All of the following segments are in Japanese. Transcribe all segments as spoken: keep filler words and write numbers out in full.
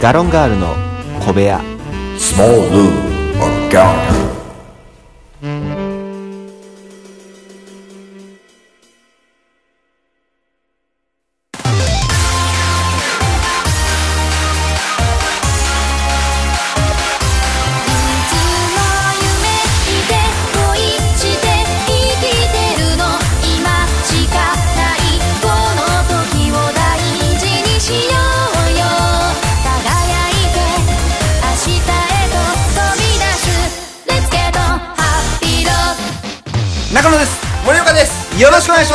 ガロンガールの小部屋。 Small Lou or Gallagher。 中野です。 森岡です。 よろしくお願いします。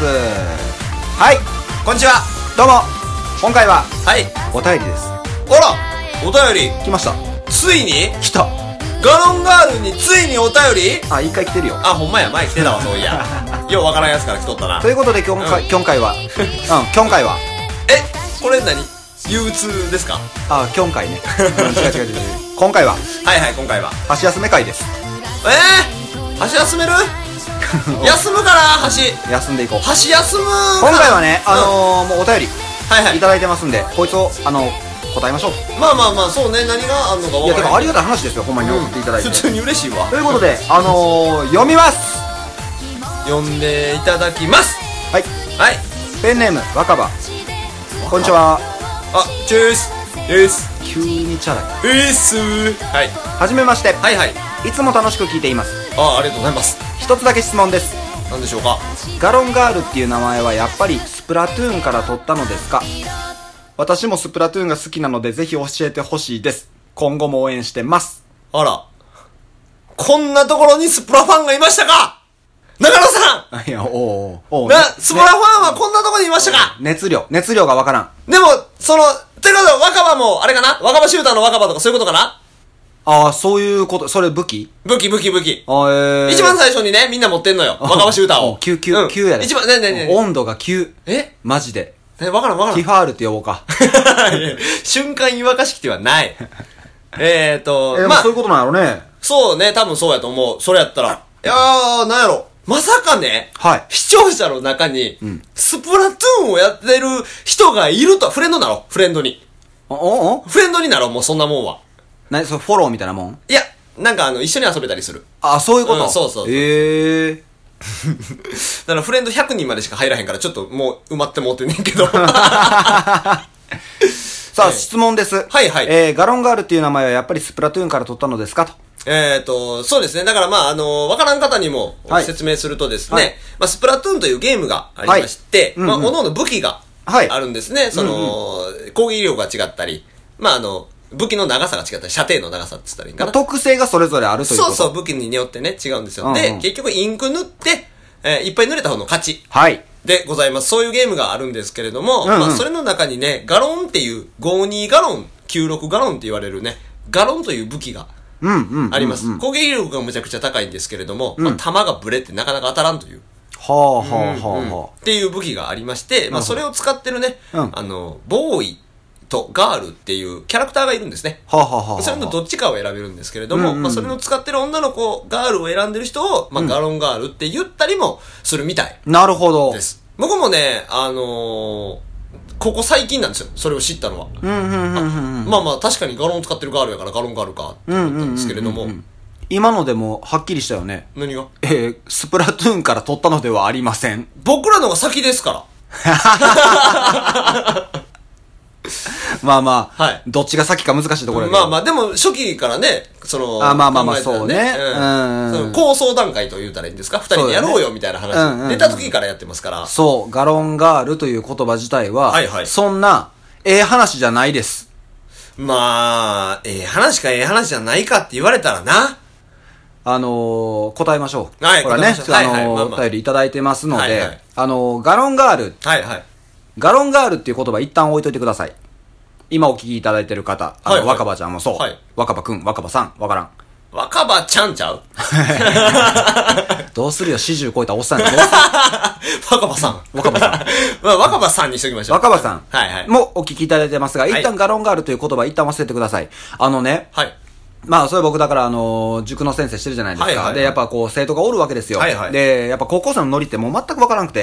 はい、 こんにちは。 どうも。今回ははいお便りです。 あら、お便り来ました。 ついに来た。 ガロンガールについにお便り。 あ、一回来てるよ。 あ、ほんまや、前来てたわ。そういやようわからんやつから来とったな。 ということで今回、 うん、 今回はうん今回はえ、これ何憂鬱ですか？ あ、今回ね違う違う違う今回ははいはい、今回は箸休め会です。 えー、箸休める休むから箸休んでいこう。 箸休む。 今回はね、あのー、もうお便りはいはいいただいてますんで、こいつをあの答えましょう。 まあまあまあ、そうね、何があんのかいや、てわからかありがたい話ですよ、ほんまに送っていただいて、 うん、普通に嬉しいわ。 ということで、あのー、読みます。 読んでいただきます。 はいはい。 ペンネーム若葉。こんにちは。 あ、チュースエース急にチャラい。 エース。はいはじめまして。 はいはい。 いつも楽しく聞いています。 あ、ありがとうございます。 一つだけ質問です。 何でしょうか？ ガロンガールっていう名前はやっぱりスプラトゥーンから取ったのですか？私もスプラトゥーンが好きなのでぜひ教えてほしいです。今後も応援してます。 あら、こんなところにスプラファンがいましたか？中野さいや、おーおーおんな、スプラファンはこんなところにいましたか？ 熱量、熱量がわからん。 でも、その、てか若葉も、あれかな？若葉シューターの若葉とかそういうことかな？ ああ、そういうこと、それ武器？ 武器武器武器。 あー、えー、 一番最初にね、みんな持ってんのよ。若葉シューターを。 きゅう、きゅう、きゅうやで。 一番、ねねねね。 温度がきゅう。 えマジで。 え、わからんわからん。 ティファールって呼ぼうか。 瞬間湯沸かし器ではない。えーと、 えー、まあ、そういうことなんやろね。 そうね、多分そうやと思う。それやったら。いやー、なんやろ。まさかね、 はい。 視聴者の中に、うん、スプラトゥーンをやってる人がいると、フレンドなろ、フレンドに。 おおフレンドになろう、もうそんなもんは。 なに、それフォローみたいなもん？ いや、なんかあの、一緒に遊べたりする。 あ、そういうこと？ うん、そうそうそう。 へえー。 だからフレンドひゃくにんまでしか入らへんから、ちょっともう埋まってもうてんねんけど。さあ、えー、質問です。 はいはい。 えー、ガロンガールっていう名前はやっぱりスプラトゥーンから取ったのですかと。 えっと、そうですね。だからまあ、あの、わからん方にも説明するとですね、はい、まあ、スプラトゥーンというゲームがありまして、はい、まあ、うんうん、各々武器があるんですね。はい、その、うんうん、攻撃力が違ったり、まあ、あの、武器の長さが違ったり、射程の長さって言ったらいいんかな。 特性がそれぞれあるということ。 そうそう、武器によってね、違うんですよ。うんうん、で、結局インク塗って、えー、いっぱい塗れた方の勝ち。はい。でございます。そういうゲームがあるんですけれども、うんうん、まあ、それの中にね、ガロンっていう、ごじゅうにガロン、きゅうじゅうろくガロンって言われるね、ガロンという武器が、あります、うんうんうんうん。攻撃力がむちゃくちゃ高いんですけれども、うん、まあ、弾がブレってなかなか当たらんという。 はあはあはあはあ、うんうん。 っていう武器がありまして、まあ、それを使ってるね、うん、あの、ボーイとガールっていうキャラクターがいるんですね。はあはあはあ、それのどっちかを選べるんですけれども、うんうん、まあ、それの使ってる女の子、ガールを選んでる人を、まあ、ガロンガールって言ったりもするみたい。 なるほど。 です。僕もね、あのー、ここ最近なんですよ。それを知ったのは。うんうんうんうん、まあまあ確かにガロン使ってるガールやからガロンガールかって思ったんですけれども、うんうんうんうん、 今のでもはっきりしたよね。 何が？ えー、スプラトゥーンから取ったのではありません。 僕らのが先ですからまあまあ、 はい、 どっちが先か難しいところだけど。まあまあ、でも初期からね、その、 あまあまあまあ、そうね。 うん。その構想段階と言うたらいいんですか？二人でやろうよみたいな話、うんうん、出た時からやってますから。 そう、ガロンガールという言葉自体は、はいはい、そんな、ええ話じゃないです。 まあ、ええ話かええ話じゃないかって言われたらな。 あのー、答えましょう。 はい、 これね、あのー、はいはいまあまあ、お便りいただいてますので、はいはい、あのー、ガロンガール。はいはい。ガロンガールっていう言葉一旦置いといてください。今お聞きいただいてる方、あの、はいはい、若葉ちゃんもそう。はい、若葉くん、若葉さん、わからん。 若葉ちゃんちゃうどうするよ、よんじゅう超えたおっさんや。 若葉さん。 若葉さん。 まあ、若葉さんにしときましょう。 若葉さん。 はいはい。 もお聞きいただいてますが、一旦ガロンガールという言葉一旦忘れてください。あのね。はい。まあ、それ僕だから、あのー、塾の先生してるじゃないですか。はいはいはい、で、やっぱこう、生徒がおるわけですよ。はいはい。で、やっぱ高校生のノリってもう全くわからなくて。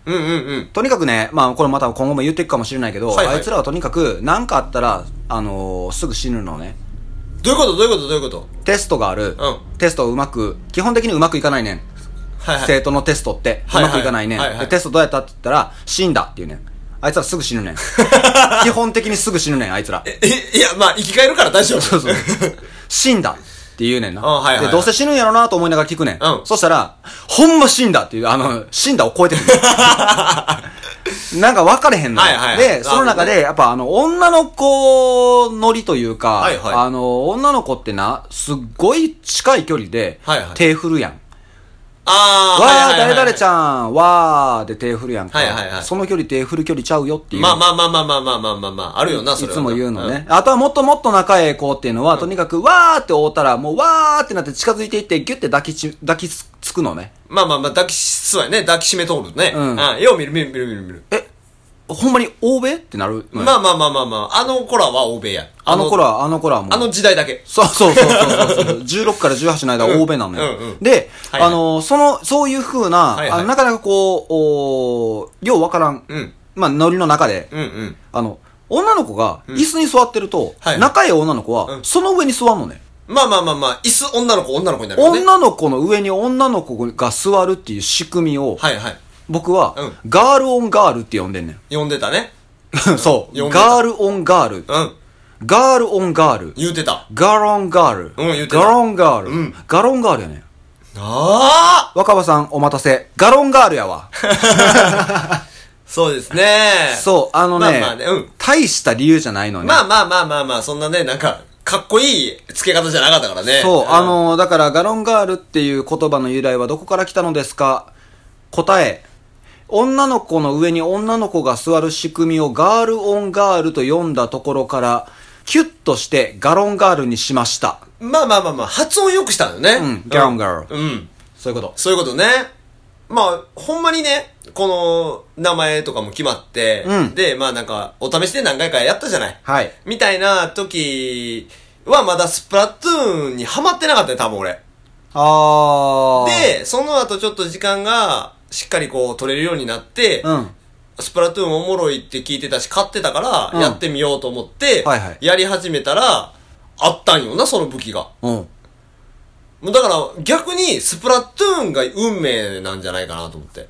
うんうんうん。 とにかくね、まあこれまた今後も言っていくかもしれないけど、はいはい、あいつらはとにかく何かあったら、あのー、すぐ死ぬのね。 どういうことどういうことどういうこと？ テストがある。うん。テストをうまく、基本的にうまくいかないねん。はいはい。生徒のテストって、うまくいかないねん。はいはいはいはい、で、テストどうやったって言ったら、死んだっていうねん。あいつらすぐ死ぬねん。基本的にすぐ死ぬねん、あいつら。 え、いや、まあ、生き返るから大丈夫。 そうそう。死んだって言うねんな。 はいはいはい、 で、どうせ死ぬんやろなと思いながら聞くねん。うん。そしたら、ほんま死んだっていう、あの、死んだを超えてる。なんか分かれへんの。はいはいはい、で、その中で、やっぱあの、女の子乗りというか、はいはい、あの、女の子ってな、すっごい近い距離で、手振るやん。はいはいあー、 わー、はいはいはい、誰々ちゃん、わーで手振るやんか。 はいはいはい。 その距離手振る距離ちゃうよっていう。 まあまあまあまあまあまあまあまあまあ、あるよな、それは。 いつも言うのね。うん、あとはもっともっと仲ええ子っていうのは、うん、とにかくわーって追ったら、もうわーってなって近づいていって、ギュッて抱きち、抱きつくのね。 まあまあまあ、抱きそうやね。抱きしめ通るね。うん。あよう見る見る見る見る見る。 えほんまに欧米ってなる、 まあまあまあまあまあ、あの子らは欧米や。 あの子ら、あの子らはもう。 あの時代だけ。 そうそうそうそうそう。じゅうろくからじゅうはちの間は欧米なのよ。うんうんうん、で、はいはい、あの、その、そういう風な、はいはい、あのなかなかこう、おようわからん、うん、まあ、ノリの中で、うんうん、あの、女の子が椅子に座ってると、うんはいはい、仲いい女の子は、うん、その上に座るのね。 まあまあまあまあ、椅子女の子、女の子になるよね。 女の子の上に女の子が座るっていう仕組みを、はいはい、僕は、うん、ガールオンガールって呼んでんねん。 呼んでたね。 そう。ガールオンガール。うん。ガールオンガール。 言うてた。 ガロンガール。 うん、言うてた。 ガロンガール。うん。ガロンガールやねん。 ああ若葉さんお待たせ。ガロンガールやわ。 そうですね。 そう、あのね、まあまあね、うん。大した理由じゃないのね。 まあまあまあまあまあ、そんなね、なんか、かっこいい付け方じゃなかったからね。 そう、うん、あの、だからガロンガールっていう言葉の由来はどこから来たのですか？答え。女の子の上に女の子が座る仕組みをガールオンガールと読んだところから、キュッとしてガロンガールにしました。 まあまあまあまあ、発音良くしたのよね。 うん、ガロンガール。 うん。 そういうこと。 そういうことね。まあ、ほんまにね、この名前とかも決まって、うん、で、まあなんか、お試しで何回かやったじゃない。 はい。 みたいな時はまだスプラトゥーンにハマってなかったよ、多分俺。 あー。 で、その後ちょっと時間が、しっかりこう取れるようになって、うん、スプラトゥーンおもろいって聞いてたし買ってたからやってみようと思って、うんはいはい、やり始めたらあったんよなその武器が、うん、もうだから逆にスプラトゥーンが運命なんじゃないかなと思って、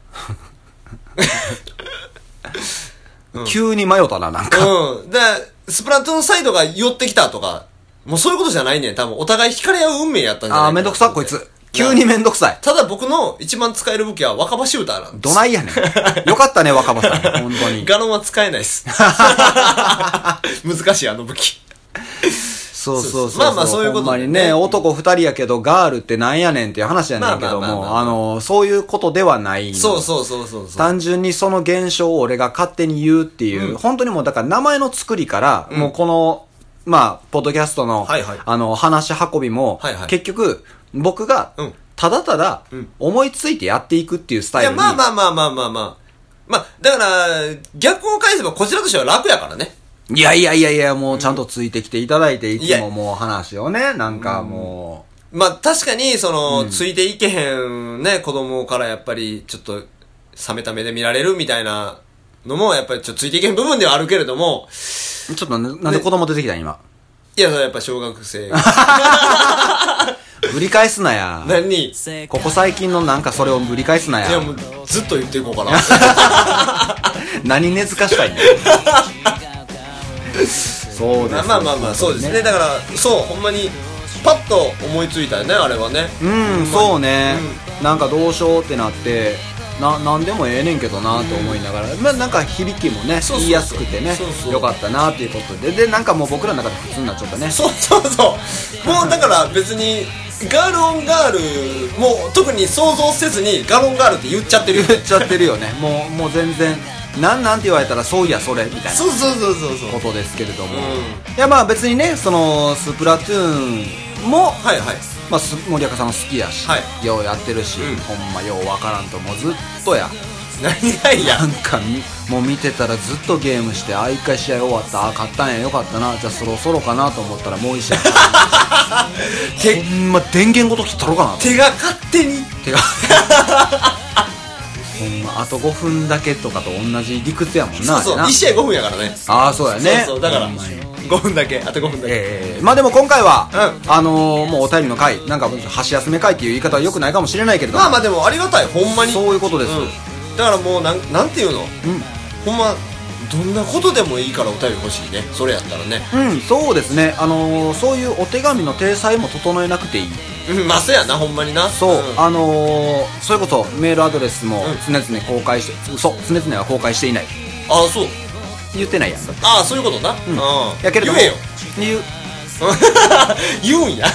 うん、急に迷ったななんかうんでスプラトゥーンサイドが寄ってきたとかもうそういうことじゃないねん多分お互い惹かれ合う運命やったんじゃないかな。 あーめんどくさこいつ急にめんどくさい。 ただ僕の一番使える武器は若葉シューターなんです。 どないやねん。よかったね、若葉さん。本当に。 ガロンは使えないっす。難しい、あの武器。 そうそうそう。 まあまあそういうこと、ね。 ほんまにね、男二人やけど、ガールってなんやねんっていう話やねんけども、あの、そういうことではない。 そうそうそうそう。 単純にその現象を俺が勝手に言うっていう、うん、本当にもうだから名前の作りから、うん、もうこの、まあ、ポッドキャストの、はいはい、あの、話し運びも、はいはい、結局、僕が、ただただ、思いついてやっていくっていうスタイルに、 いや、まあまあまあまあまあまあ。まあ、だから、逆を返せばこちらとしては楽やからね。 いやいやいやいや、もうちゃんとついてきていただいて、いつももう話をね、なんかもう。まあ、確かに、その、うん、ついていけへんね、子供からやっぱり、ちょっと、冷めた目で見られるみたいなのも、やっぱりちょっとついていけへん部分ではあるけれども、 ちょっとなんで子供出てきたん今。 いや、やっぱ小学生。 ぶり返すなや。 何？ ここ最近のなんかそれをぶり返すなや。 いやもうずっと言っていこうかな。 何根付かしたいんだよ。そうです。 まあまあまあそうですね。だからそうほんまにパッと思いついたよねあれはね。 うんそうね、うん。なんかどうしようってなって。な、なんでもええねんけどなと思いながら、まあなんか響きもね、言いやすくてね、よかったなっていうことで、で、なんかもう僕らの中で普通になっちゃったね。 そうそうそう。もうだから別に、ガールオンガールも特に想像せずにガロンガールって言っちゃってるよね。 言っちゃってるよね。もう、もう全然、なんなんて言われたらそういやそれみたいな。 そうそうそうそうそう。 ことですけれども。うん、いやまあ別にね、その、スプラトゥーンも、はいはい。まあ、森若さん好きやし、はい、ようやってるし、うん、ほんまようわからんともうずっとや何がいやなんかもう見てたらずっとゲームしてあ一回試合終わったあ勝ったんやよかったなじゃあそろそろかなと思ったらもう一試合ほんま電源ごと切ったろうかな手が勝手に手がほんまあとごふんだけとかと同じ理屈やもんな。 そうそう、いち試合ごふんやからね。 ああ、そうやね。 そうそう、だからごふんだけ、あとごふんだけ。 ええー、まあでも今回は、うん、あのー、もうお便りの回、なんか箸休め回っていう言い方は良くないかもしれないけれども、 まあまあでもありがたい、ほんまに。 そういうことです。うん、 だからもうなん、なんていうの、うん、ほんまどんなことでもいいからお便り欲しいね。それやったらね。 うん、そうですね。あのー、そういうお手紙の体裁も整えなくていい。 うん、まあそうやな、ほんまにな。 そう、うん、あのー、それこそメールアドレスも常々公開して、うん、そう、常々は公開していない。 ああ、そう。 言ってないやん。 ああ、そういうことな。 うん。やけれども。 言えよ。 言う。 言うんや。い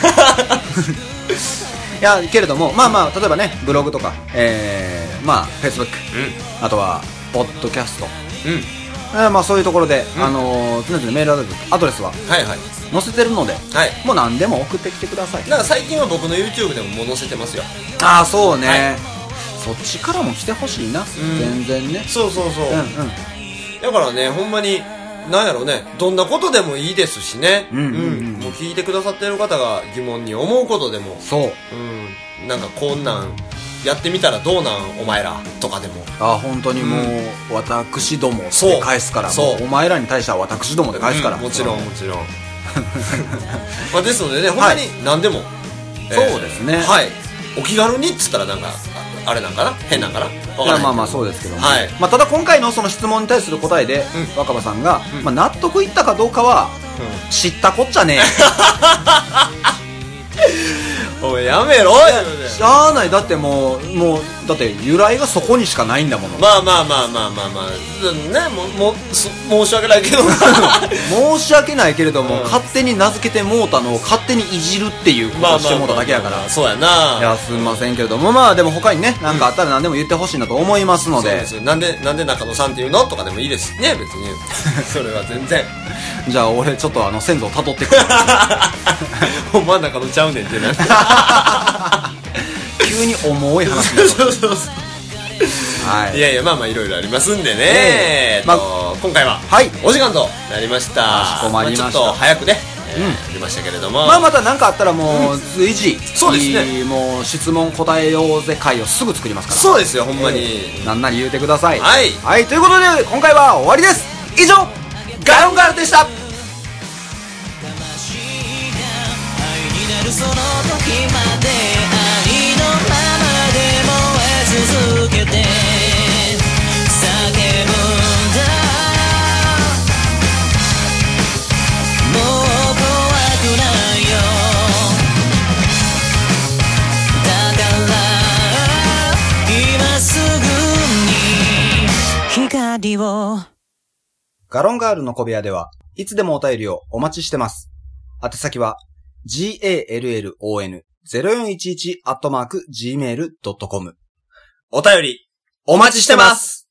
や、けれども、まあまあ、例えばね、ブログとか、えー、まあ、Facebook、うん、あとは、ポッドキャスト。うん。えー、まあそういうところで、うん、あのー、常々メールアドレスははいはい載せてるので、はい、もう何でも送ってきてください。 だから最近は僕の YouTube でももう載せてますよ。 ああ、そうね、はい、そっちからも来てほしいな、うん、全然ね。 そうそうそう、うんうん、だからね、ほんまになんやろね、どんなことでもいいですしね、うんうんうん、うん、もう聞いてくださってる方が疑問に思うことでも、 そう、 うん、なんかこんなんやってみたらどうなんお前らとかでも、 あ、本当にもう、うん、私どもで返すから、そう、お前らに対しては私どもで返すから、うん、 もちろんもちろんまあですのでね、ほんまに何でも、はい、 えー、そうですね、 はい、お気軽にっつったらなんかあれなんかな、変なんかな、 分からない。まあまあそうですけども、はい、まあ、ただ今回のその質問に対する答えで、うん、若葉さんが、うん、まあ、納得いったかどうかは、うん、知ったこっちゃねおいやめろ。 しゃあない。だってもうもうだって由来がそこにしかないんだもの。 まあまあまあまあまあまあね、もうもう申し訳ないけど申し訳ないけれども、うん、勝手に名付けてもうたのを勝手にいじるっていうことをしてもうただけやから。 そうやな。 いや、すみませんけれども、まあでも他にね、何かあったら何でも言ってほしいなと思いますので、うん、そうです。 なんでなんで中野さんっていうのとかでもいいですね、別にそれは全然じゃあ俺ちょっとあの先祖をたどってくるほんま中野ちゃうねんってな急に重い話になるそうそうそう、 はい、いやいや、まあまあいろいろありますんでね、えーまあ、今回はお時間となりました。 かしこまりました。 まあ、ちょっと早くね、えーうん、ありましたけれども、 まあまた何かあったらもう随時、うん、 そうですね、 もう質問答えようぜ会をすぐ作りますから。 そうですよ、ほんまに、えー、なんなり言うてください。 はい、 はい、ということで今回は終わりです。以上、ガロンガールでした。その時まで愛のままで燃え続けて叫ぶんだ、もう怖くないよ、だから今すぐに光を。ガロンガールの小部屋ではいつでもお便りをお待ちしてます。宛先はジーエーエルエルオーエヌゼロよんいちいち アットマークジーメールドットコム。 お便りお待ちしてます。